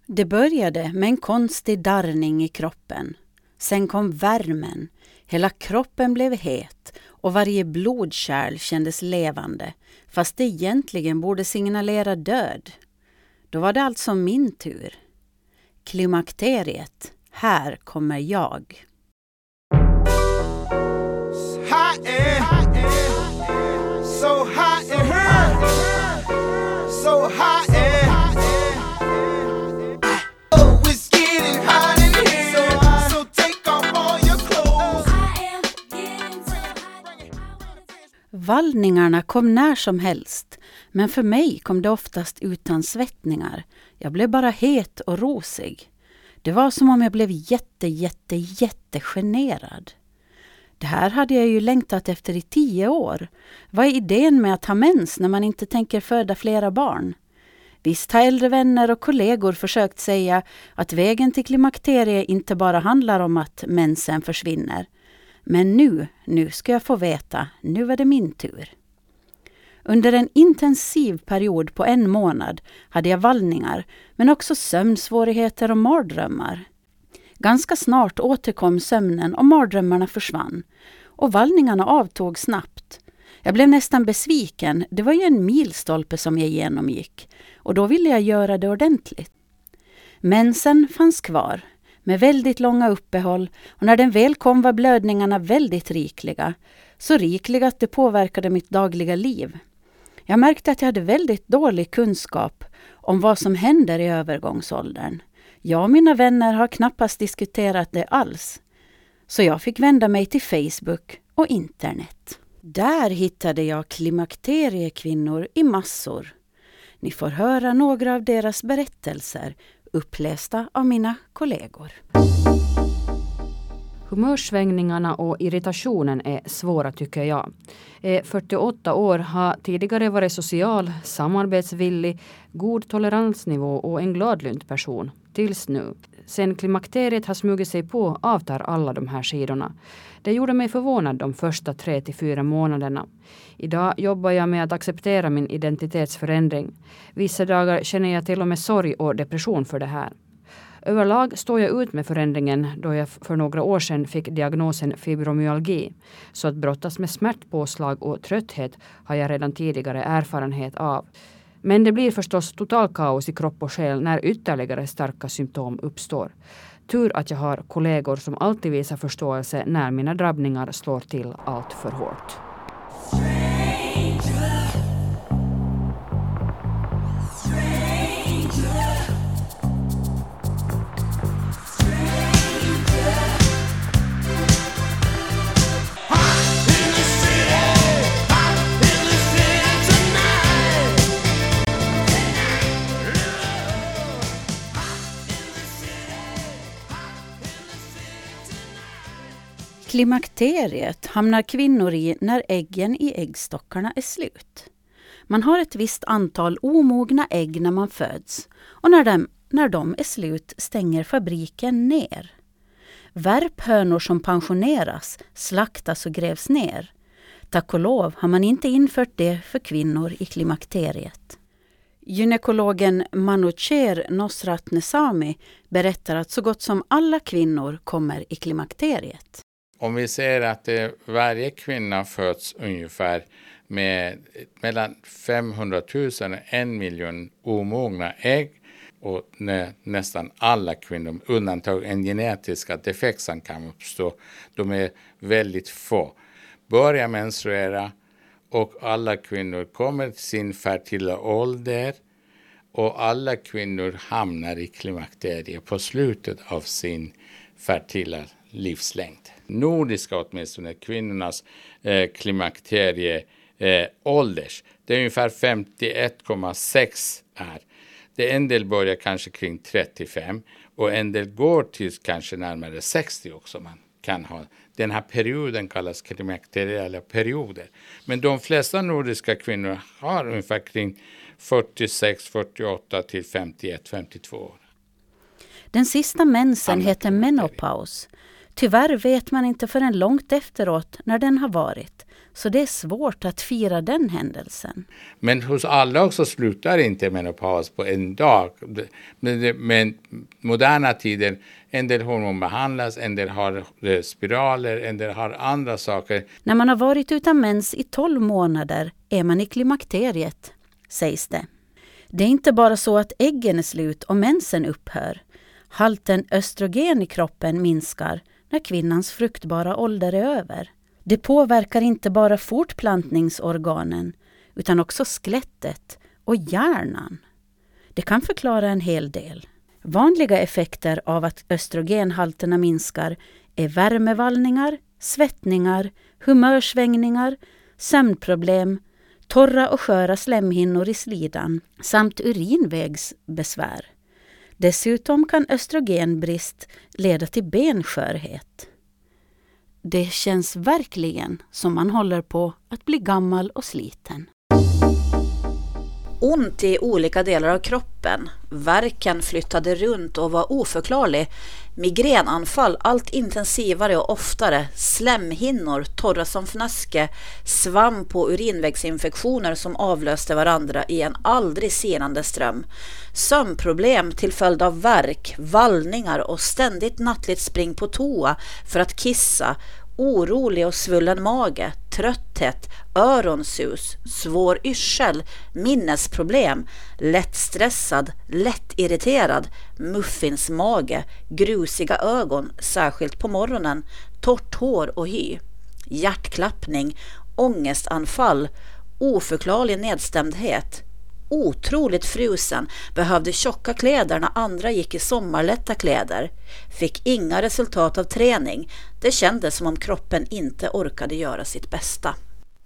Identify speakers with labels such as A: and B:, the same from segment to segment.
A: Det började med en konstig darrning i kroppen. Sen kom värmen. Hela kroppen blev het och varje blodkärl kändes levande, fast det egentligen borde signalera död. Då var det alltså min tur. Klimakteriet. Här kommer jag.
B: Hot air, so hot in here, so hot air. Oh, it's getting hot in here, so take off all your clothes.
A: Vallningarna kom när som helst, men för mig kom det oftast utan svettningar. Jag blev bara het och rosig. Det var som om jag blev jättegenerad. Det här hade jag ju längtat efter i 10 år. Vad är idén med att ha mens när man inte tänker föda flera barn? Visst har äldre vänner och kollegor försökt säga att vägen till klimakteriet inte bara handlar om att mensen försvinner. Men nu ska jag få veta, nu är det min tur. Under en intensiv period på 1 månad hade jag vallningar, men också sömnsvårigheter och mardrömmar. Ganska snart återkom sömnen och mardrömmarna försvann. Och vallningarna avtog snabbt. Jag blev nästan besviken. Det var ju en milstolpe som jag genomgick. Och då ville jag göra det ordentligt. Mensen fanns kvar. Med väldigt långa uppehåll. Och när den väl kom var blödningarna väldigt rikliga. Så rikliga att det påverkade mitt dagliga liv. Jag märkte att jag hade väldigt dålig kunskap om vad som händer i övergångsåldern. Jag och mina vänner har knappast diskuterat det alls. Så jag fick vända mig till Facebook och internet. Där hittade jag klimakteriekvinnor i massor. Ni får höra några av deras berättelser, upplästa av mina kollegor.
C: Humörsvängningarna och irritationen är svåra tycker jag. 48 år, har tidigare varit social, samarbetsvillig, god toleransnivå och en gladlynt person. Tills nu. Sen klimakteriet har smugit sig på avtar alla de här sidorna. Det gjorde mig förvånad de första 3-4 månaderna. Idag jobbar jag med att acceptera min identitetsförändring. Vissa dagar känner jag till och med sorg och depression för det här. Överlag står jag ut med förändringen då jag för några år sedan fick diagnosen fibromyalgi. Så att brottas med smärtpåslag och trötthet har jag redan tidigare erfarenhet av. Men det blir förstås total kaos i kropp och själ när ytterligare starka symptom uppstår. Tur att jag har kollegor som alltid visar förståelse när mina drabbningar slår till allt för hårt.
A: Klimakteriet hamnar kvinnor i när äggen i äggstockarna är slut. Man har ett visst antal omogna ägg när man föds och när de är slut stänger fabriken ner. Värphönor som pensioneras slaktas och grävs ner. Tack och lov har man inte infört det för kvinnor i klimakteriet. Gynekologen Manucher Nosrat-Nesami berättar att så gott som alla kvinnor kommer i klimakteriet.
D: Om vi ser att varje kvinna föds ungefär med mellan 500 000 och 1 miljon omogna ägg och nästan alla kvinnor, undantag en genetisk defekt som kan uppstå, de är väldigt få, börjar menstruera och alla kvinnor kommer till sin fertila ålder och alla kvinnor hamnar i klimakteriet på slutet av sin fertila livslängd. Nordiska åtminstone kvinnornas klimakterieålders. Det är ungefär 51,6 är. Det en del börjar kanske kring 35 och en del går till kanske närmare 60 också. Man kan ha. Den här perioden kallas klimakteriella perioder. Men de flesta nordiska kvinnor har ungefär kring 46, 48 till 51, 52 år.
A: Den sista mensen heter menopaus. Tyvärr vet man inte förrän långt efteråt när den har varit. Så det är svårt att fira den händelsen.
D: Men hos alla också slutar inte menopaus på en dag. Men moderna tider, en del hormon behandlas, en del har spiraler, en del har andra saker.
A: När man har varit utan mens i 12 månader är man i klimakteriet, sägs det. Det är inte bara så att äggen är slut och mensen upphör. Halten östrogen i kroppen minskar när kvinnans fruktbara ålder är över. Det påverkar inte bara fortplantningsorganen utan också skelettet och hjärnan. Det kan förklara en hel del. Vanliga effekter av att östrogenhalterna minskar är värmevallningar, svettningar, humörsvängningar, sömnproblem, torra och sköra slemhinnor i slidan samt urinvägsbesvär. Dessutom kan östrogenbrist leda till benskörhet. Det känns verkligen som man håller på att bli gammal och sliten.
E: Ont i olika delar av kroppen, värken flyttade runt och var oförklarlig, migränanfall allt intensivare och oftare, slemhinnor torra som fnaske, svamp och urinvägsinfektioner som avlöste varandra i en aldrig sinande ström, sömnproblem till följd av värk, vallningar och ständigt nattligt spring på toa för att kissa, orolig och svullen mage, trötthet, öronsus, svår yrsel, minnesproblem, lätt stressad, lätt irriterad, muffinsmage, grusiga ögon, särskilt på morgonen, torrt hår och hy, hjärtklappning, ångestanfall, oförklarlig nedstämdhet, otroligt frusen, behövde tjocka kläder när andra gick i sommarlätta kläder, fick inga resultat av träning, det kändes som om kroppen inte orkade göra sitt bästa.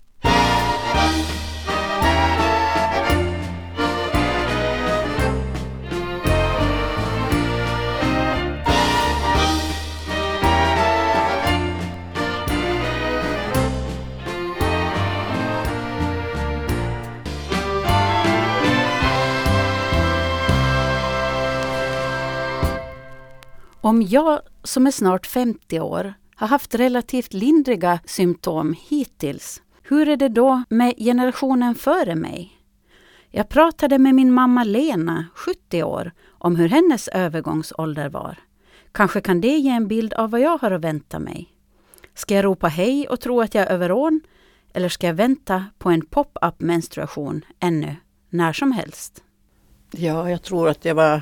A: Om jag som är snart 50 år har haft relativt lindriga symptom hittills, hur är det då med generationen före mig? Jag pratade med min mamma Lena, 70 år, om hur hennes övergångsålder var. Kanske kan det ge en bild av vad jag har att vänta mig. Ska jag ropa hej och tro att jag är överån? Eller ska jag vänta på en pop-up menstruation ännu, när som helst?
F: Ja, jag tror att jag var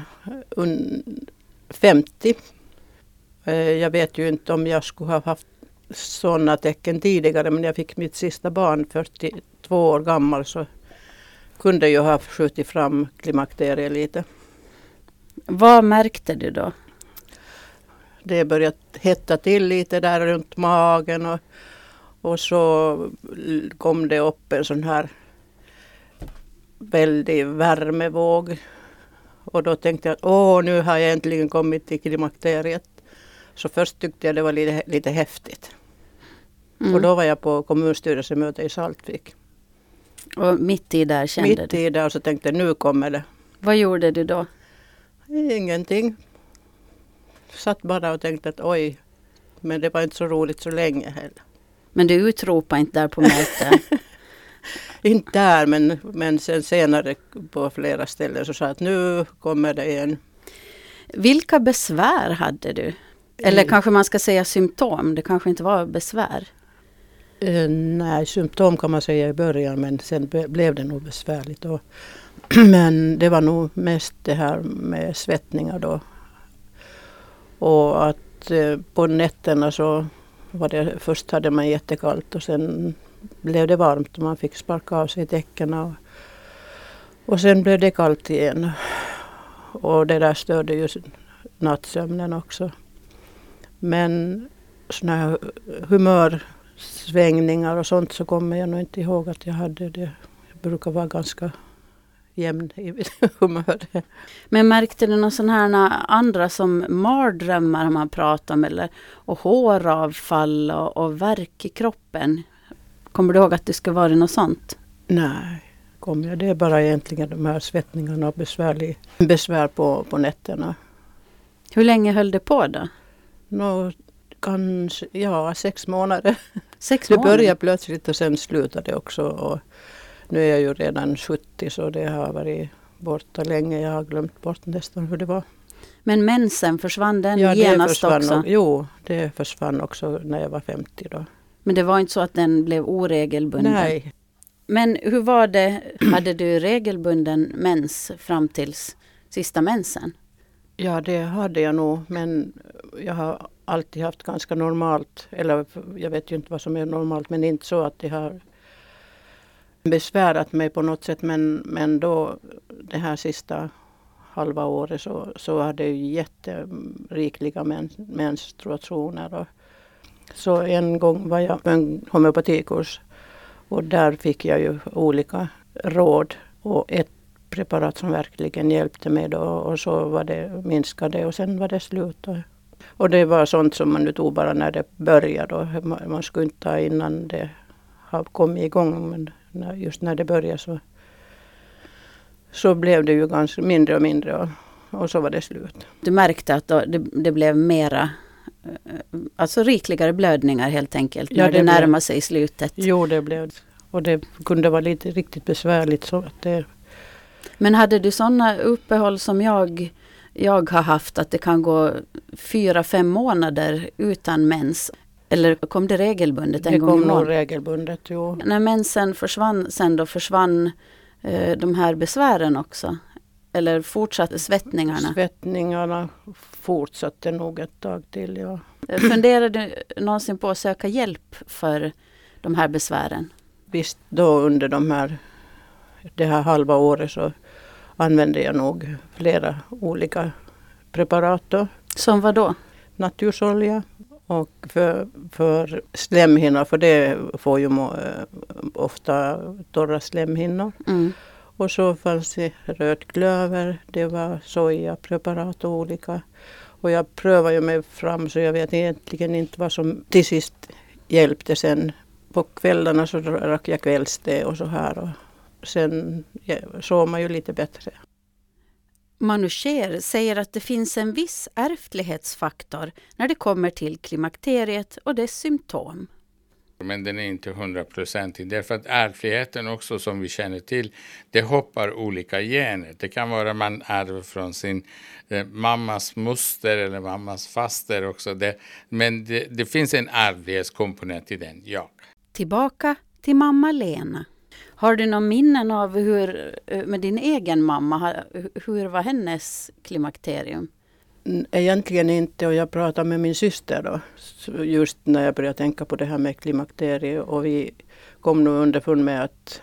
F: 50. Jag vet ju inte om jag skulle ha haft sådana tecken tidigare, men jag fick mitt sista barn 42 år gammal, så kunde jag ha skjutit fram klimakteriet lite.
A: Vad märkte du då?
F: Det började hetta till lite där runt magen och så kom det upp en sån här väldig värmevåg. Och då tänkte jag att nu har jag äntligen kommit till klimakteriet. Så först tyckte jag det var lite häftigt. Och då var jag på kommunstyrelsemöte i Saltvik.
A: Och mitt i där kände du?
F: Mitt i där, och så tänkte jag nu kommer det.
A: Vad gjorde du då?
F: Ingenting. Satt bara och tänkte att oj, men det var inte så roligt så länge heller.
A: Men du utropade inte där på mötet?
F: Inte där, men sen senare på flera ställen så sa att nu kommer det igen.
A: Vilka besvär hade du? Eller kanske man ska säga symptom, det kanske inte var besvär.
F: Nej, symptom kan man säga i början, men sen blev det nog besvärligt. Men det var nog mest det här med svettningar då. Och att på nätterna så var det, först hade man jättekallt och sen blev det varmt och man fick sparka av sig täckena. Och sen blev det kallt igen. Och det där störde ju nattsömnen också. Men såna här humörsvängningar och sånt så kommer jag nog inte ihåg att jag hade det. Jag brukar vara ganska jämn i humör.
A: Men märkte du någon sån här andra som mardrömmar har man pratat om, eller och håravfall och värk i kroppen? Kommer du ihåg att det ska vara något sånt?
F: Nej, det är bara egentligen de här svettningarna och besvär på nätterna.
A: Hur länge höll det på då?
F: Kanske, 6 månader.
A: 6
F: Det
A: månader?
F: började plötsligt och sen slutade det också. Och nu är jag ju redan 70 så det har varit borta länge. Jag har glömt bort nästan hur det var.
A: Men mensen, försvann den
F: Ja, det
A: genast
F: försvann
A: också?
F: Jo, det försvann också när jag var 50 då.
A: Men det var inte så att den blev oregelbunden?
F: Nej,
A: Men hur var det, hade du regelbunden mens fram tills sista mensen?
F: ja det hade jag nog. Men jag har alltid haft ganska normalt. Eller jag vet ju inte vad som är normalt. Men inte så att det har besvärat mig på något sätt. Men då det här sista halva året så hade jag ju jätterikliga menstruationer. Och så en gång var jag på en homeopatikurs och där fick jag ju olika råd och ett preparat som verkligen hjälpte mig då och så var det minskade och sen var det slut. Och det var sånt som man nu tog bara när det började och man skulle inte ta innan det har kommit igång men just när det började så blev det ju ganska mindre och mindre och så var det slut.
A: Du märkte att det blev mera, alltså rikligare blödningar helt enkelt,
F: Ja,
A: när det
F: det
A: närmade sig slutet.
F: Jo, det blev och det kunde vara lite riktigt besvärligt så att det.
A: Men hade du sådana uppehåll som jag har haft, att det kan gå 4-5 månader utan mens? Eller kom det regelbundet en gång i
F: Det kom nog
A: månaden?
F: regelbundet, jo.
A: När mensen försvann de här besvären också? Eller fortsatte svettningarna?
F: Svettningarna fortsatte nog ett tag till, ja.
A: Funderade du någonsin på att söka hjälp för de här besvären?
F: Visst, då under det här halva året så använde jag nog flera olika preparat då.
A: Som vad då?
F: Natursolja och för slemhinnor, för det får ju ofta torra slemhinnor.
A: Mm.
F: Och så fanns det rödklöver, det var sojapreparat och olika. Och jag prövade ju mig fram så jag vet egentligen inte vad som till sist hjälpte sen. På kvällarna så drack jag kvällste och så här och sen sov man ju lite bättre.
A: Manu Scheer säger att det finns en viss ärftlighetsfaktor när det kommer till klimakteriet och dess symptom.
D: Men den är inte 100%. Därför att ärftligheten också som vi känner till, det hoppar olika gener. Det kan vara man ärver från sin mammas moster eller mammas faster också. Men det finns en ärftlighetskomponent i den, ja.
A: Tillbaka till mamma Lena. Har du någon minnen av med din egen mamma, hur var hennes klimakterium?
F: Egentligen inte och jag pratade med min syster då. Just när jag började tänka på det här med klimakteriet och vi kom nog underfund med att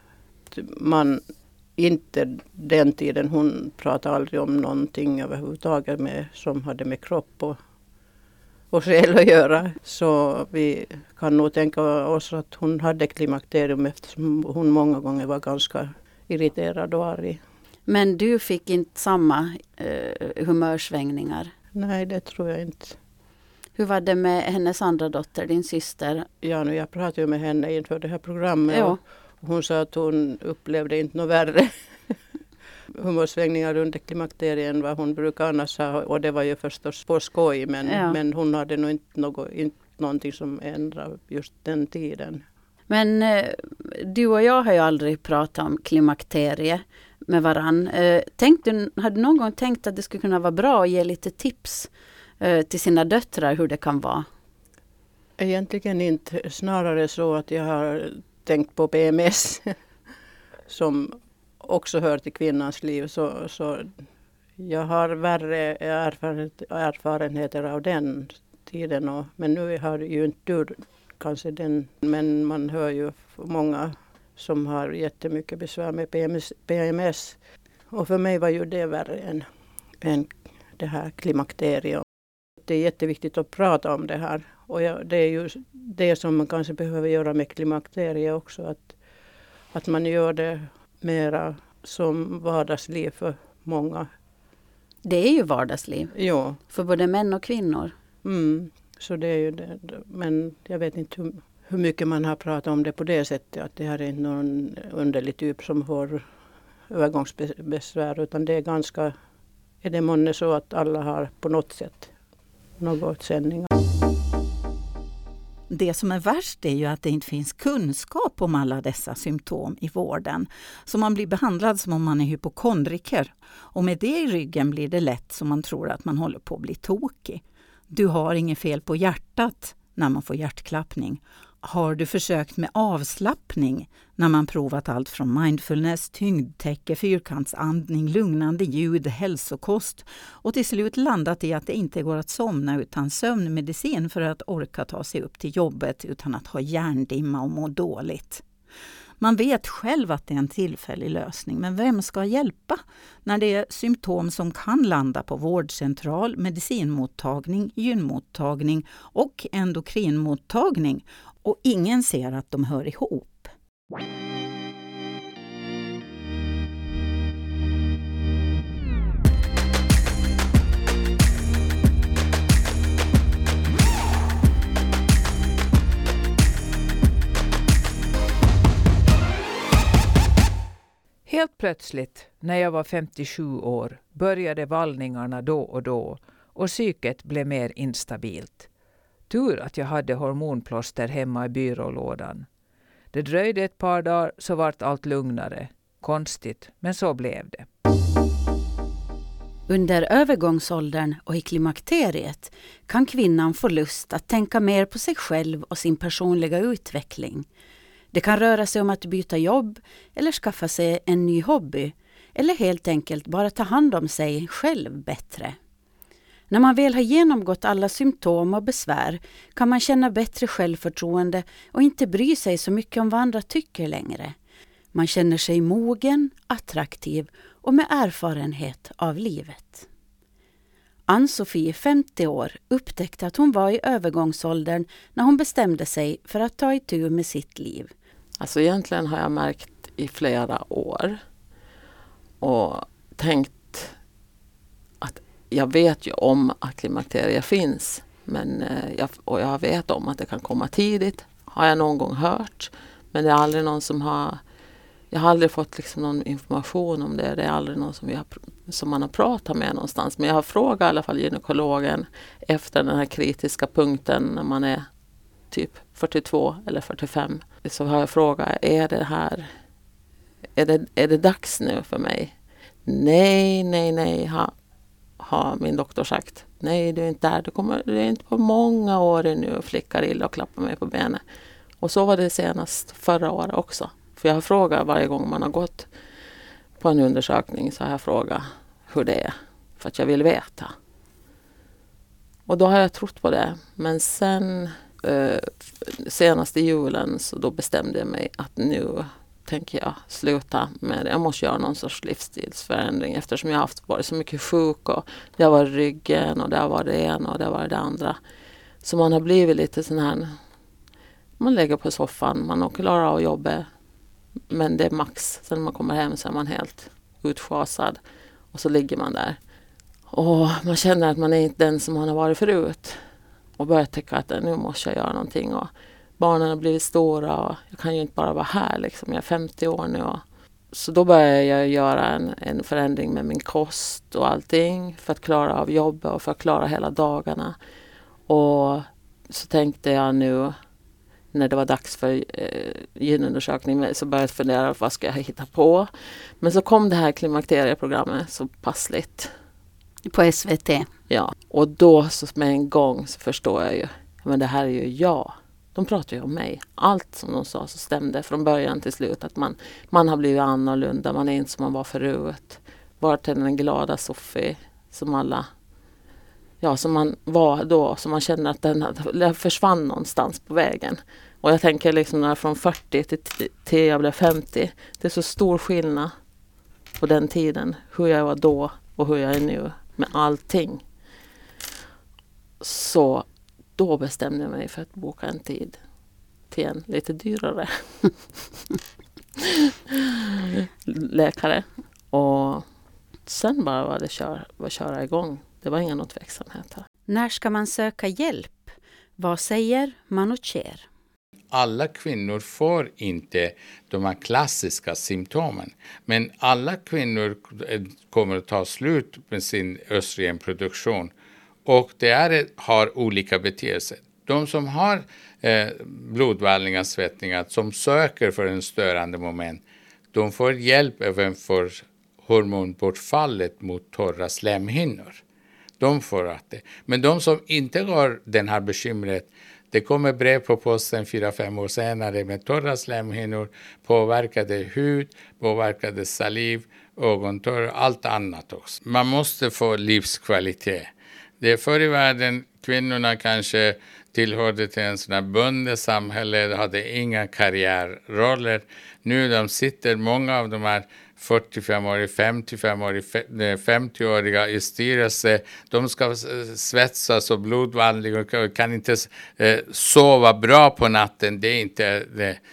F: man inte den tiden, hon pratade aldrig om någonting överhuvudtaget som hade med kropp och själ att göra. Så vi kan nog tänka oss att hon hade klimakterium eftersom hon många gånger var ganska irriterad och arg.
A: Men du fick inte samma humörsvängningar?
F: Nej, det tror jag inte.
A: Hur var det med hennes andra dotter, din syster?
F: Ja, jag pratade ju med henne inför det här programmet
A: Ja.
F: och hon sa att hon upplevde inte något värre humörsvängningar under klimakterien än vad hon brukar annars ha. Och det var ju förstås på skoj men hon hade nog inte någonting som ändrade just den tiden.
A: Men du och jag har ju aldrig pratat om klimakterie med varann. Hade någon gång tänkt att det skulle kunna vara bra att ge lite tips till sina döttrar hur det kan vara?
F: Egentligen inte. Snarare så att jag har tänkt på PMS som också hör till kvinnans liv. Så jag har värre erfarenheter av den tiden. Men nu har ju inte du kanske den. Men man hör ju många som har jättemycket besvär med PMS. Och för mig var ju det värre än det här klimakteriet. Det är jätteviktigt att prata om det här. Och det är ju det som man kanske behöver göra med klimakteriet också. Att man gör det mera som vardagsliv för många.
A: Det är ju vardagsliv.
F: Ja.
A: För både män och kvinnor.
F: Så det är ju det. Men jag vet inte hur mycket man har pratat om det på det sättet. Att det här är inte någon underlig typ som får övergångsbesvär. Utan det är ganska, är det månne så att alla har på något sätt något sändningar.
G: det som är värst är ju att det inte finns kunskap om alla dessa symptom i vården. Så man blir behandlad som om man är hypokondriker. Och med det i ryggen blir det lätt som man tror att man håller på att bli tokig. Du har inget fel på hjärtat när man får hjärtklappning. Har du försökt med avslappning när man provat allt från mindfulness, tyngdtäcke, fyrkantsandning, lugnande ljud, hälsokost och till slut landat i att det inte går att somna utan sömnmedicin för att orka ta sig upp till jobbet utan att ha hjärndimma och må dåligt. Man vet själv att det är en tillfällig lösning, men vem ska hjälpa när det är symptom som kan landa på vårdcentral, medicinmottagning, gynmottagning och endokrinmottagning och ingen ser att de hör ihop?
H: Helt plötsligt, när jag var 57 år, började vallningarna då och psyket blev mer instabilt. Tur att jag hade hormonplåster hemma i byrålådan. Det dröjde ett par dagar så vart allt lugnare. Konstigt, men så blev det.
A: Under övergångsåldern och i klimakteriet kan kvinnan få lust att tänka mer på sig själv och sin personliga utveckling. Det kan röra sig om att byta jobb eller skaffa sig en ny hobby eller helt enkelt bara ta hand om sig själv bättre. När man väl har genomgått alla symptom och besvär kan man känna bättre självförtroende och inte bry sig så mycket om vad andra tycker längre. Man känner sig mogen, attraktiv och med erfarenhet av livet. Ann-Sofie, 50 år, upptäckte att hon var i övergångsåldern när hon bestämde sig för att ta itu med sitt liv.
I: Alltså egentligen har jag märkt i flera år och tänkt att jag vet ju om att klimakterier finns, men jag vet om att det kan komma tidigt. Har jag någon gång hört, men det är aldrig någon jag har aldrig fått liksom någon information om det. Det är aldrig någon som man har pratat med någonstans. Men jag har frågat i alla fall gynekologen efter den här kritiska punkten när man är typ 42 eller 45. Så har jag frågat, är det dags nu för mig? Nej, har min doktor sagt. Nej, du är inte där. Du är inte på många år nu och flickar illa och klappar mig på benen. Och så var det senast förra året också. För jag har frågat varje gång man har gått på en undersökning, så har jag frågat hur det är. För att jag vill veta. Och då har jag trott på det. Men sen senast i julen så då bestämde jag mig att nu tänker jag sluta med det. Jag måste göra någon sorts livsstilsförändring eftersom jag har varit så mycket sjuk och det har varit ryggen och det har varit det ena och det har varit det andra. Så man har blivit lite sån här, man lägger på soffan, man klarar av jobbet, men det är max. Sen när man kommer hem så är man helt utschasad och så ligger man där. Och man känner att man är inte den som man har varit förut. Och börjar tycka att nu måste jag göra någonting. Och barnen har blivit stora och jag kan ju inte bara vara här. Liksom. Jag är 50 år nu. Så då börjar jag göra en förändring med min kost och allting. För att klara av jobbet och för att klara hela dagarna. Och så tänkte jag nu när det var dags för gynundersökning så började jag fundera vad ska jag hitta på. Men så kom det här klimakterieprogrammet så passligt.
A: På SVT.
I: Ja, och då så med en gång så förstår jag ju, men det här är ju jag. De pratar ju om mig. Allt som de sa så stämde från början till slut att man har blivit annorlunda, man är inte som man var förut. Var till den glada Sofie som alla, ja som man var då, som man känner att den försvann någonstans på vägen. Och jag tänker liksom när från 40 till jag blev 50, det är så stor skillnad på den tiden, hur jag var då och hur jag är nu. Med allting. Så då bestämde jag mig för att boka en tid till en lite dyrare läkare. Och sen bara var det köra igång. Det var ingen tveksamhet här.
A: När ska man söka hjälp? Vad säger Manucher?
D: Alla kvinnor får inte de här klassiska symptomen. Men alla kvinnor kommer att ta slut med sin östrogenproduktion. Och det har olika beteelser. De som har blodvallningar, svettningar, som söker för en störande moment, de får hjälp även för hormonbortfallet mot torra slemhinnor. De får det. Men de som inte har den här bekymret, det kommer brev på posten 4-5 år senare med torra slemhinnor, påverkade hud, påverkade saliv, ögontorr, allt annat också. Man måste få livskvalitet. Det är förr i världen, kvinnorna kanske tillhörde till en sån här bondesamhälle, hade inga karriärroller. Nu de sitter, många av de här 45-åriga, 55-åriga, 50-åriga i styrelse. De ska svetsas och blodvandring och kan inte sova bra på natten. Det är inte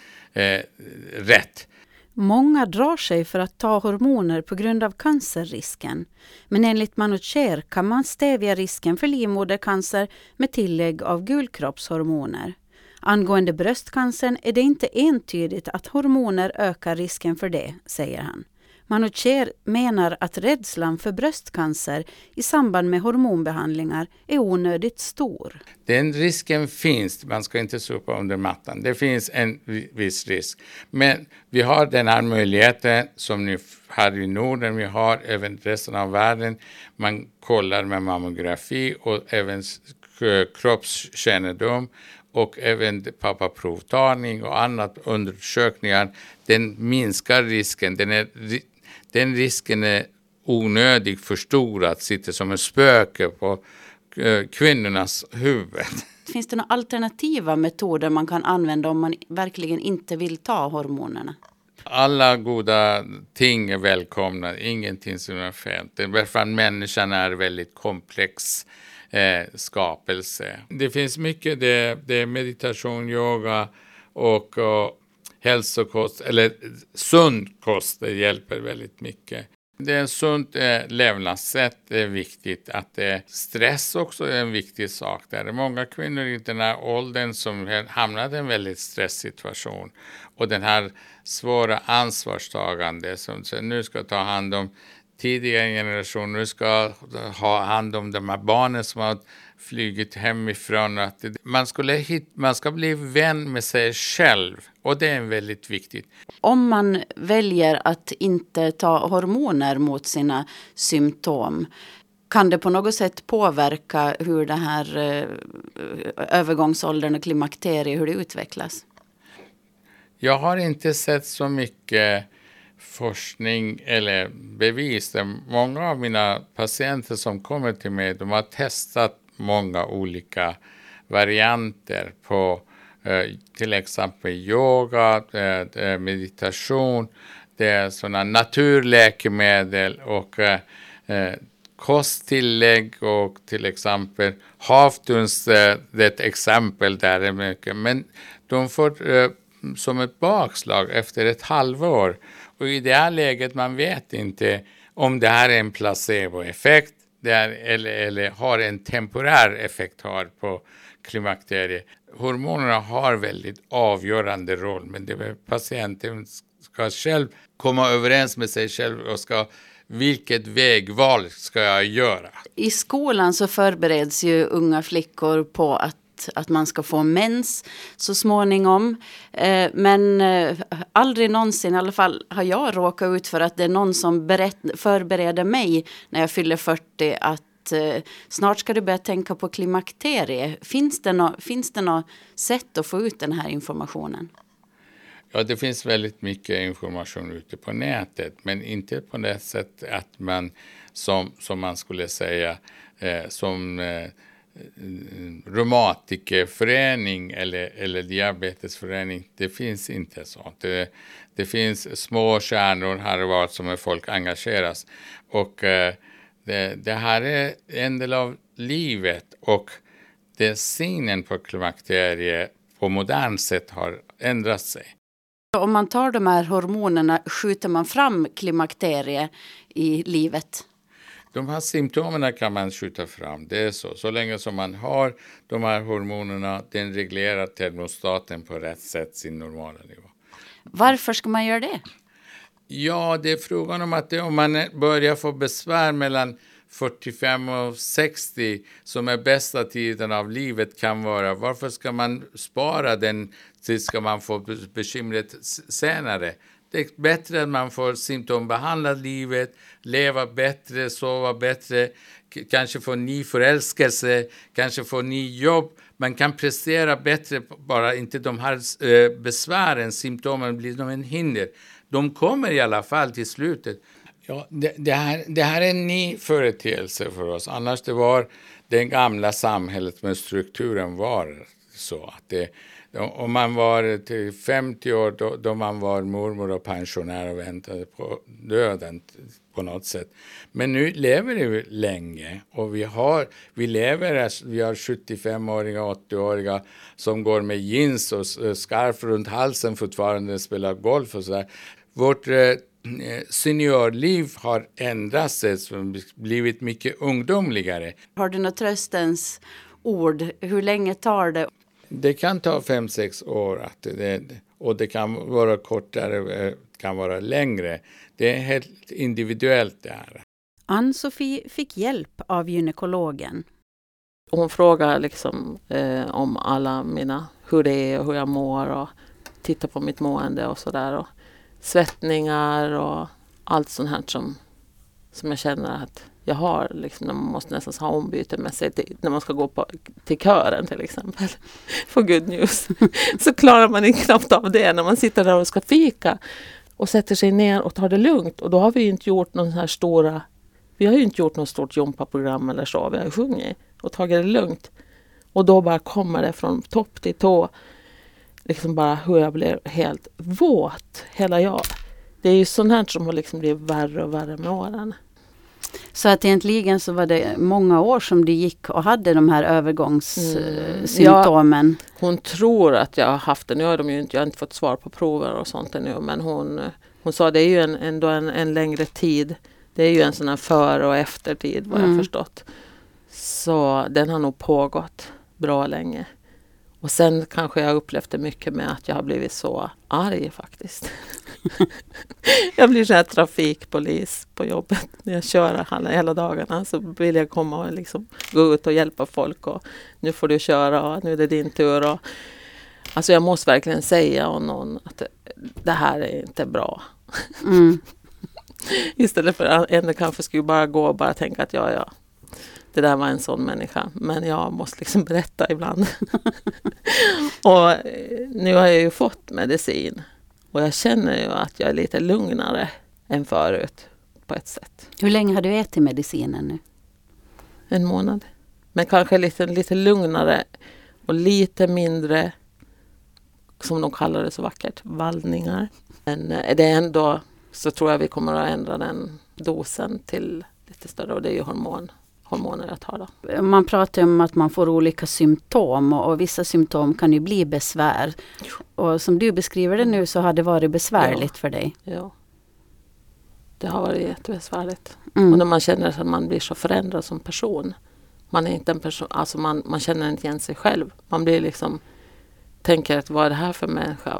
D: rätt.
A: Många drar sig för att ta hormoner på grund av cancerrisken. Men enligt Manucher kan man stävja risken för livmodercancer med tillägg av gulkroppshormoner. Angående bröstcancern är det inte entydigt att hormoner ökar risken för det, säger han. Manucher menar att rädslan för bröstcancer i samband med hormonbehandlingar är onödigt stor.
D: Den risken finns, man ska inte sopa under mattan. Det finns en viss risk. Men vi har den här möjligheten som ni har i Norden, vi har även resten av världen. Man kollar med mammografi och även kroppskännedom och även pappaprovtagning och annat undersökningar. Den minskar risken. Den risken är onödigt förstorad, sitter som en spöke på kvinnornas huvud.
A: Finns det några alternativa metoder man kan använda om man verkligen inte vill ta hormonerna?
D: Alla goda ting är välkomna, ingenting som är fel. Därför att människan är väldigt komplex skapelse. Det finns mycket, det är meditation, yoga och hälsokost, eller sund kost, det hjälper väldigt mycket. Det är en sunt levnadssätt, det är viktigt. Att stress också är en viktig sak. Det är många kvinnor i den här åldern som hamnar i en väldigt stresssituation. Och den här svåra ansvarstagande som nu ska ta hand om tidigare generationer, nu ska ha hand om de här barnen som har flygit hemifrån. Att man ska bli vän med sig själv, och det är väldigt viktigt.
A: Om man väljer att inte ta hormoner mot sina symptom, kan det på något sätt påverka hur det här övergångsåldern och klimakteriet, hur det utvecklas?
D: Jag har inte sett så mycket forskning eller bevis. Många av mina patienter som kommer till mig, de har testat många olika varianter på till exempel yoga, meditation, det är sådana naturläkemedel och kosttillägg, och till exempel havtunst, det är ett exempel där är mycket. Men de får som ett bakslag efter ett halvår. Och i det här läget man vet inte om det här är en placeboeffekt eller har en temporär effekt på klimakteriet. Hormonerna har väldigt avgörande roll, men patienten ska själv komma överens med sig själv och vilket vägval ska jag göra.
A: I skolan så förbereds ju unga flickor på att man ska få mens så småningom. Men aldrig någonsin, i alla fall har jag råkat ut för att det är någon som förbereder mig när jag fyller 40 att snart ska du börja tänka på klimakterie. Finns det något sätt att få ut den här informationen?
D: Ja, det finns väldigt mycket information ute på nätet, men inte på det sättet att man som man skulle säga som reumatikerförening eller diabetesförening, det finns inte sånt. Det finns små kärnor här och var som folk engageras, och det här är en del av livet, och det synen på klimakteriet på modernt sätt har ändrat sig.
A: Om man tar de här hormonerna, skjuter man fram klimakteriet i livet?
D: De här symptomen kan man skjuta fram, det är så. Så länge som man har de här hormonerna, den reglerar termostaten på rätt sätt sin normala nivå.
A: Varför ska man göra det?
D: Ja, det är frågan om att om man börjar få besvär mellan 45 och 60 som är bästa tiden av livet kan vara. Varför ska man spara den tills ska man få bekymret senare? Det är bättre att man får symptombehandla livet, leva bättre, sova bättre, kanske få ny förälskelse, kanske få ny jobb. Man kan prestera bättre, bara inte de här besvären, symptomen blir som en hinder. De kommer i alla fall till slutet. Ja, det här är en ny företeelse för oss. Annars det var det gamla samhället med strukturen var så att om man var till 50 år då man var mormor och pensionär och väntade på döden på något sätt. Men nu lever vi länge och vi har 75-åriga, 80-åriga som går med jeans och skarf runt halsen fortfarande spelar golf och sådär. Vårt seniorliv har ändrat sig, blivit mycket ungdomligare.
A: Har du något tröstens ord? Hur länge tar det?
D: Det kan ta 5-6 år och det kan vara kortare, kan vara längre. Det är helt individuellt det här.
A: Ann-Sofie fick hjälp av gynekologen.
I: Hon frågar liksom om alla hur det är och hur jag mår och tittar på mitt mående och sådär. Och svettningar och allt sånt här som jag känner att jag har. Liksom, när man måste nästan ha ombyte med sig när man ska gå till kören till exempel. För good news. Så klarar man inte knappt av det när man sitter där och ska fika. Och sätter sig ner och tar det lugnt. Och då har vi ju inte gjort vi har ju inte gjort något stort gympaprogram eller så. Vi har ju sjungit och tagit det lugnt. Och då bara kommer det från topp till tå. Liksom bara hur jag blev helt våt. Hela jag. Det är ju sånt här som har liksom blivit värre och värre med åren.
A: Så att egentligen så var det många år som du gick och hade de här övergångssymptomen.
I: Ja, hon tror att jag har haft det. Nu har jag har inte fått svar på prover och sånt ännu. Men hon sa det är ju ändå en längre tid. Det är ju en sån här före- och eftertid vad jag förstått. Så den har nog pågått bra länge. Och sen kanske jag upplevt det mycket med att jag har blivit så arg faktiskt. Jag blir så här trafikpolis på jobbet. När jag kör hela dagarna så vill jag komma och liksom gå ut och hjälpa folk. Och nu får du köra och nu är det din tur. Och, alltså jag måste verkligen säga om någon att det här är inte bra. Istället för att en kanske skulle bara gå och bara tänka att ja. Det där var en sån människa. Men jag måste liksom berätta ibland. Och nu har jag ju fått medicin. Och jag känner ju att jag är lite lugnare än förut på ett sätt.
A: Hur länge har du ätit medicinen nu?
I: 1 månad. Men kanske lite lugnare och lite mindre, som de kallar det så vackert, vallningar. Men det är ändå, så tror jag vi kommer att ändra den dosen till lite större. Och det är ju hormoner jag tar då.
A: Man pratar om att man får olika symptom och vissa symptom kan ju bli besvär. Och som du beskriver det nu så har det varit besvärligt för dig.
I: Ja, det har varit jättebesvärligt. Och när man känner att man blir så förändrad som person. Man är inte en person, alltså man känner inte igen sig själv. Man blir liksom, tänker att vad är det här för människa?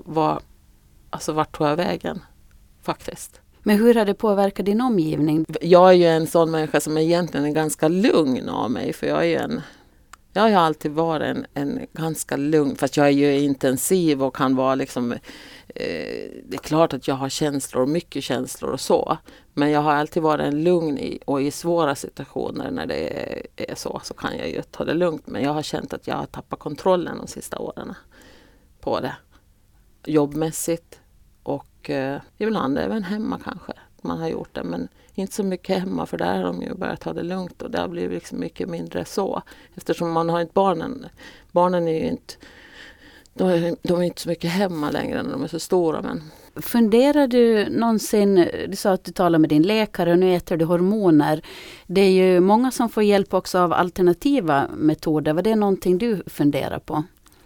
I: Vart tog jag vägen? Faktiskt.
A: Men hur har det påverkat din omgivning?
I: Jag är ju en sån människa som egentligen är ganska lugn av mig. För jag har alltid varit en ganska lugn. Fast jag är ju intensiv och kan vara liksom... det är klart att jag har känslor, mycket känslor och så. Men jag har alltid varit en lugn och i svåra situationer när det är så kan jag ju ta det lugnt. Men jag har känt att jag har tappat kontrollen de sista åren på det. Jobbmässigt. Och ibland även hemma kanske man har gjort det, men inte så mycket hemma för där har de ju börjat ta det lugnt och det har blivit liksom mycket mindre så. Eftersom man har inte barnen. Barnen är ju inte, de är inte så mycket hemma längre när de är så stora. Men.
A: Funderar du någonsin, du sa att du talar med din läkare och nu äter du hormoner. Det är ju många som får hjälp också av alternativa metoder. Var det någonting du funderar på?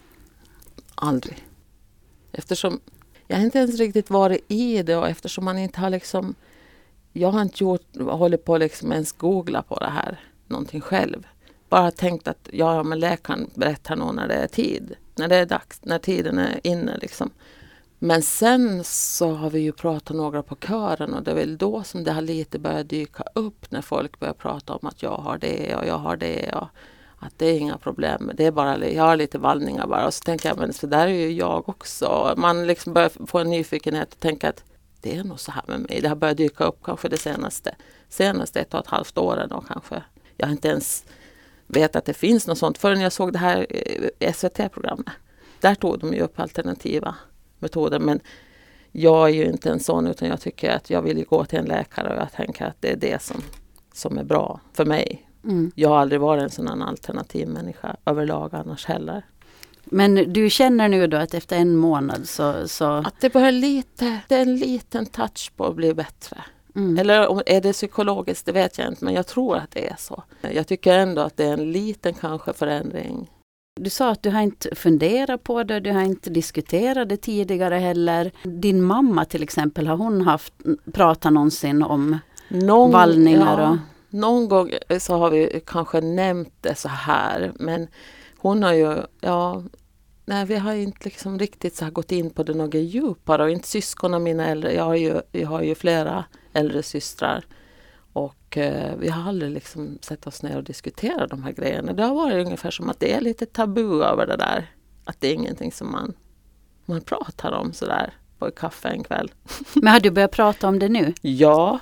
I: Aldrig. Eftersom jag har inte ens riktigt varit i det och eftersom man inte har liksom... Jag har inte hållit på liksom ens googla på det här. Någonting själv. Bara tänkt att men läkaren berättar nog när det är tid. När det är dags. När tiden är inne liksom. Men sen så har vi ju pratat några på kören och det är väl då som det har lite börjat dyka upp när folk börjar prata om att jag har det och jag har det och att det är inga problem. Det är bara, jag har lite vallningar bara och så tänker jag, men så där är ju jag också. Man liksom börjar få en nyfikenhet och tänka att det är nog så här med mig. Det har börjat dyka upp kanske det senaste 1,5 åren och kanske. Jag har inte ens vet att det finns något sånt förrän jag såg det här SVT-programmet. Där tog de ju upp alternativa metoder, men jag är ju inte en sån utan jag tycker att jag vill gå till en läkare och jag tänker att det är det som är bra för mig. Jag har aldrig varit en sån alternativ människa överlag annars heller.
A: Men du känner nu då att efter 1 månad så...
I: Att det börjar det är en liten touch på att bli bättre. Eller är det psykologiskt, det vet jag inte, men jag tror att det är så. Jag tycker ändå att det är en liten kanske förändring.
A: Du sa att du har inte funderat på det, du har inte diskuterat det tidigare heller. Din mamma till exempel, har hon pratat någonsin om vallningar?
I: Ja, någon gång så har vi kanske nämnt det så här, men hon har ju, nej, vi har inte liksom riktigt så här gått in på det något djupare och inte syskon av mina äldre. Jag har ju flera äldre systrar och vi har aldrig liksom sett oss ner och diskuterat de här grejerna. Det har varit ungefär som att det är lite tabu över det där. Att det är ingenting som man pratar om sådär på kaffe en kväll.
A: Men har du börjat prata om det nu?
I: Ja.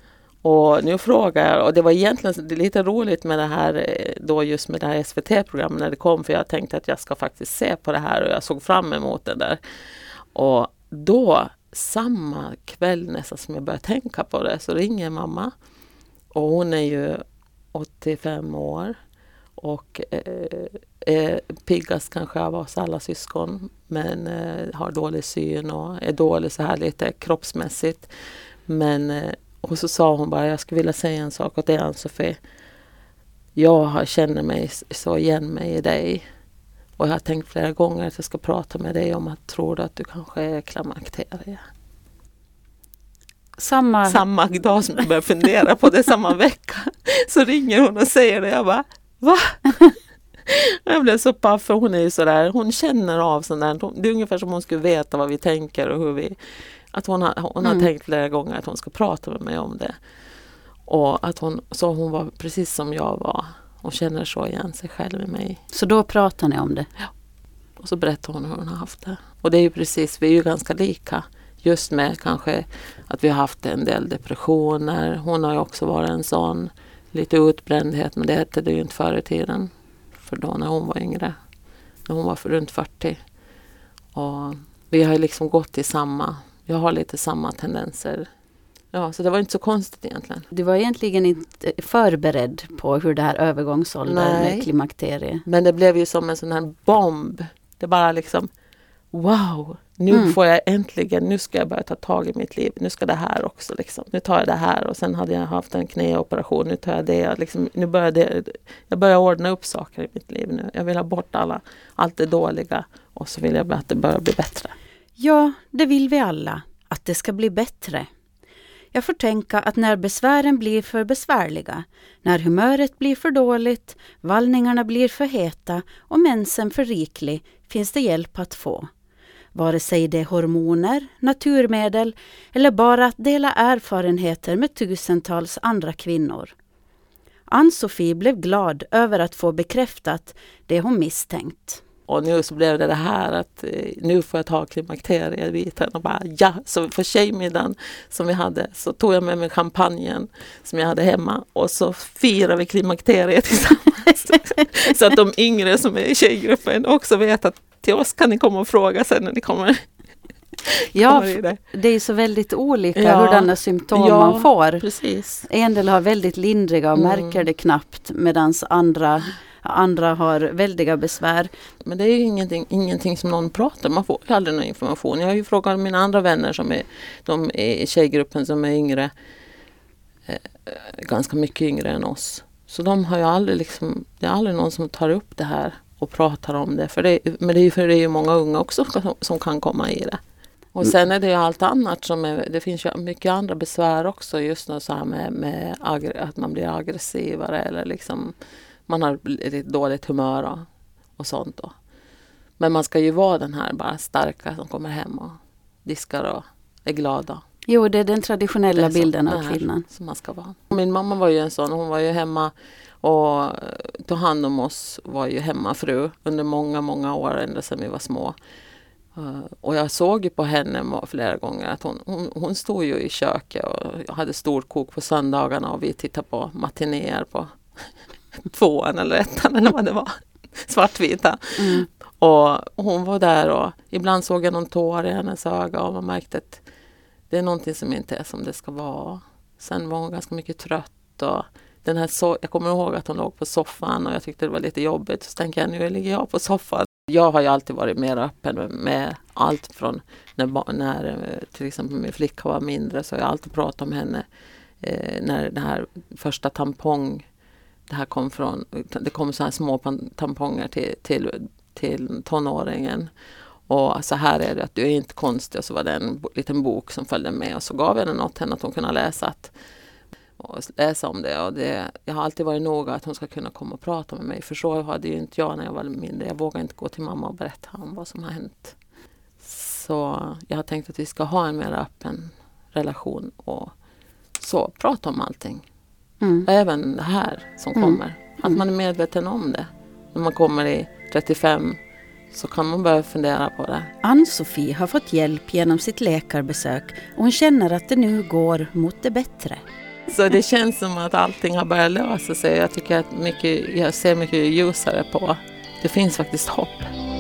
I: Och nu frågar jag, och det var egentligen lite roligt med det här då just med det här SVT-programmet när det kom, för jag tänkte att jag ska faktiskt se på det här och jag såg fram emot det där. Och då samma kväll nästan som jag började tänka på det så ringer mamma och hon är ju 85 år och är piggast kanske av oss alla syskon men har dålig syn och är dålig så här lite kroppsmässigt. Men och så sa hon bara, jag skulle vilja säga en sak åt dig Ann-Sofie. Jag känner mig så igen mig i dig. Och jag har tänkt flera gånger att jag ska prata med dig om att tror du att du kanske är klimakterie. Samma dag som jag börjar fundera på det, samma vecka. Så ringer hon och säger det. Jag bara, va? Jag blev så paff för hon är ju sådär. Hon känner av sådär. Det är ungefär som hon skulle veta vad vi tänker och hur vi... Att hon har tänkt flera gånger att hon ska prata med mig om det. Och att hon var precis som jag var. Och känner så igen sig själv i mig.
A: Så då pratar ni om det?
I: Ja. Och så berättar hon hur hon har haft det. Och det är ju precis, vi är ju ganska lika. Just med kanske att vi har haft en del depressioner. Hon har ju också varit en sån. Lite utbrändhet, men det hette det ju inte förr i tiden. För då när hon var yngre. När hon var runt 40. Och vi har ju liksom gått i samma... Jag har lite samma tendenser. Ja, så det var inte så konstigt egentligen.
A: Du var egentligen inte förberedd på hur det här övergångsåldern med klimakterie.
I: Men det blev ju som en sån här bomb. Det bara liksom, wow, nu får jag äntligen, nu ska jag börja ta tag i mitt liv. Nu ska det här också liksom. Nu tar jag det här och sen hade jag haft en knäoperation. Nu tar jag det. Liksom, jag börjar ordna upp saker i mitt liv nu. Jag vill ha bort allt det dåliga och så vill jag att det börjar bli bättre.
A: Ja, det vill vi alla. Att det ska bli bättre. Jag får tänka att när besvären blir för besvärliga, när humöret blir för dåligt, vallningarna blir för heta och mensen för riklig, finns det hjälp att få. Vare sig det är hormoner, naturmedel eller bara att dela erfarenheter med tusentals andra kvinnor. Ann-Sofie blev glad över att få bekräftat det hon misstänkt.
I: Och nu så blev det här att nu får jag ta klimakteriebiten och bara så för tjejmiddagen som vi hade så tog jag med mig champagnen som jag hade hemma och så firar vi klimakteriet tillsammans. Så att de yngre som är i tjejgruppen också vet att till oss kan ni komma och fråga sen när ni kommer.
A: Ja, det är så väldigt olika hurdana symptom man får.
I: Precis.
A: En del har väldigt lindriga och märker det knappt medan andra har väldiga besvär.
I: Men det är ju ingenting som någon pratar. Man får aldrig någon information. Jag har ju frågat mina andra vänner som är i tjejgruppen som är yngre. Ganska mycket yngre än oss. Så de har ju aldrig det är aldrig någon som tar upp det här och pratar om det. Men det är ju många unga också som kan komma i det. Och sen är det ju allt annat det finns ju mycket andra besvär också. Just något så här med att man blir aggressivare eller liksom man har ett dåligt humör och sånt då. Men man ska ju vara den här bara starka som kommer hem diskar och är glada.
A: Jo, det är den traditionella
I: Det är
A: bilden
I: så,
A: av kvinnan.
I: Som man ska vara. Min mamma var ju en sån, hon var ju hemma och tog hand om oss, var ju hemmafru under många, många år ända sedan vi var små. Och jag såg ju på henne flera gånger att hon stod ju i köket och hade storkok på söndagarna och vi tittade på matinéer på 2:an eller 1:an eller vad det var, svartvita. Och hon var där och ibland såg jag någon tår i hennes öga och man märkte att det är någonting som inte är som det ska vara. Sen var hon ganska mycket trött och jag kommer ihåg att hon låg på soffan och jag tyckte det var lite jobbigt. Så tänkte jag, nu ligger jag på soffan. Jag har ju alltid varit mer öppen med allt från när till exempel min flicka var mindre, så jag har alltid pratat om henne. När det här första tampong, det kom så här små tamponger till tonåringen. Och så här är det, att du är inte konstig. Och så var det en liten bok som följde med och så gav jag den åt henne att hon kunde läsa om det. Och jag har alltid varit noga att hon ska kunna komma och prata med mig. För så hade ju inte jag när jag var mindre. Jag vågade inte gå till mamma och berätta om vad som har hänt. Så jag har tänkt att vi ska ha en mer öppen relation och så prata om allting. Även det här som kommer. Att man är medveten om det. När man kommer i 35 så kan man börja fundera på det.
A: Ann-Sofie har fått hjälp genom sitt läkarbesök och hon känner att det nu går mot det bättre.
I: Så det känns som att allting har börjat lösa sig. Jag tycker att jag ser mycket ljusare på. Det finns faktiskt hopp.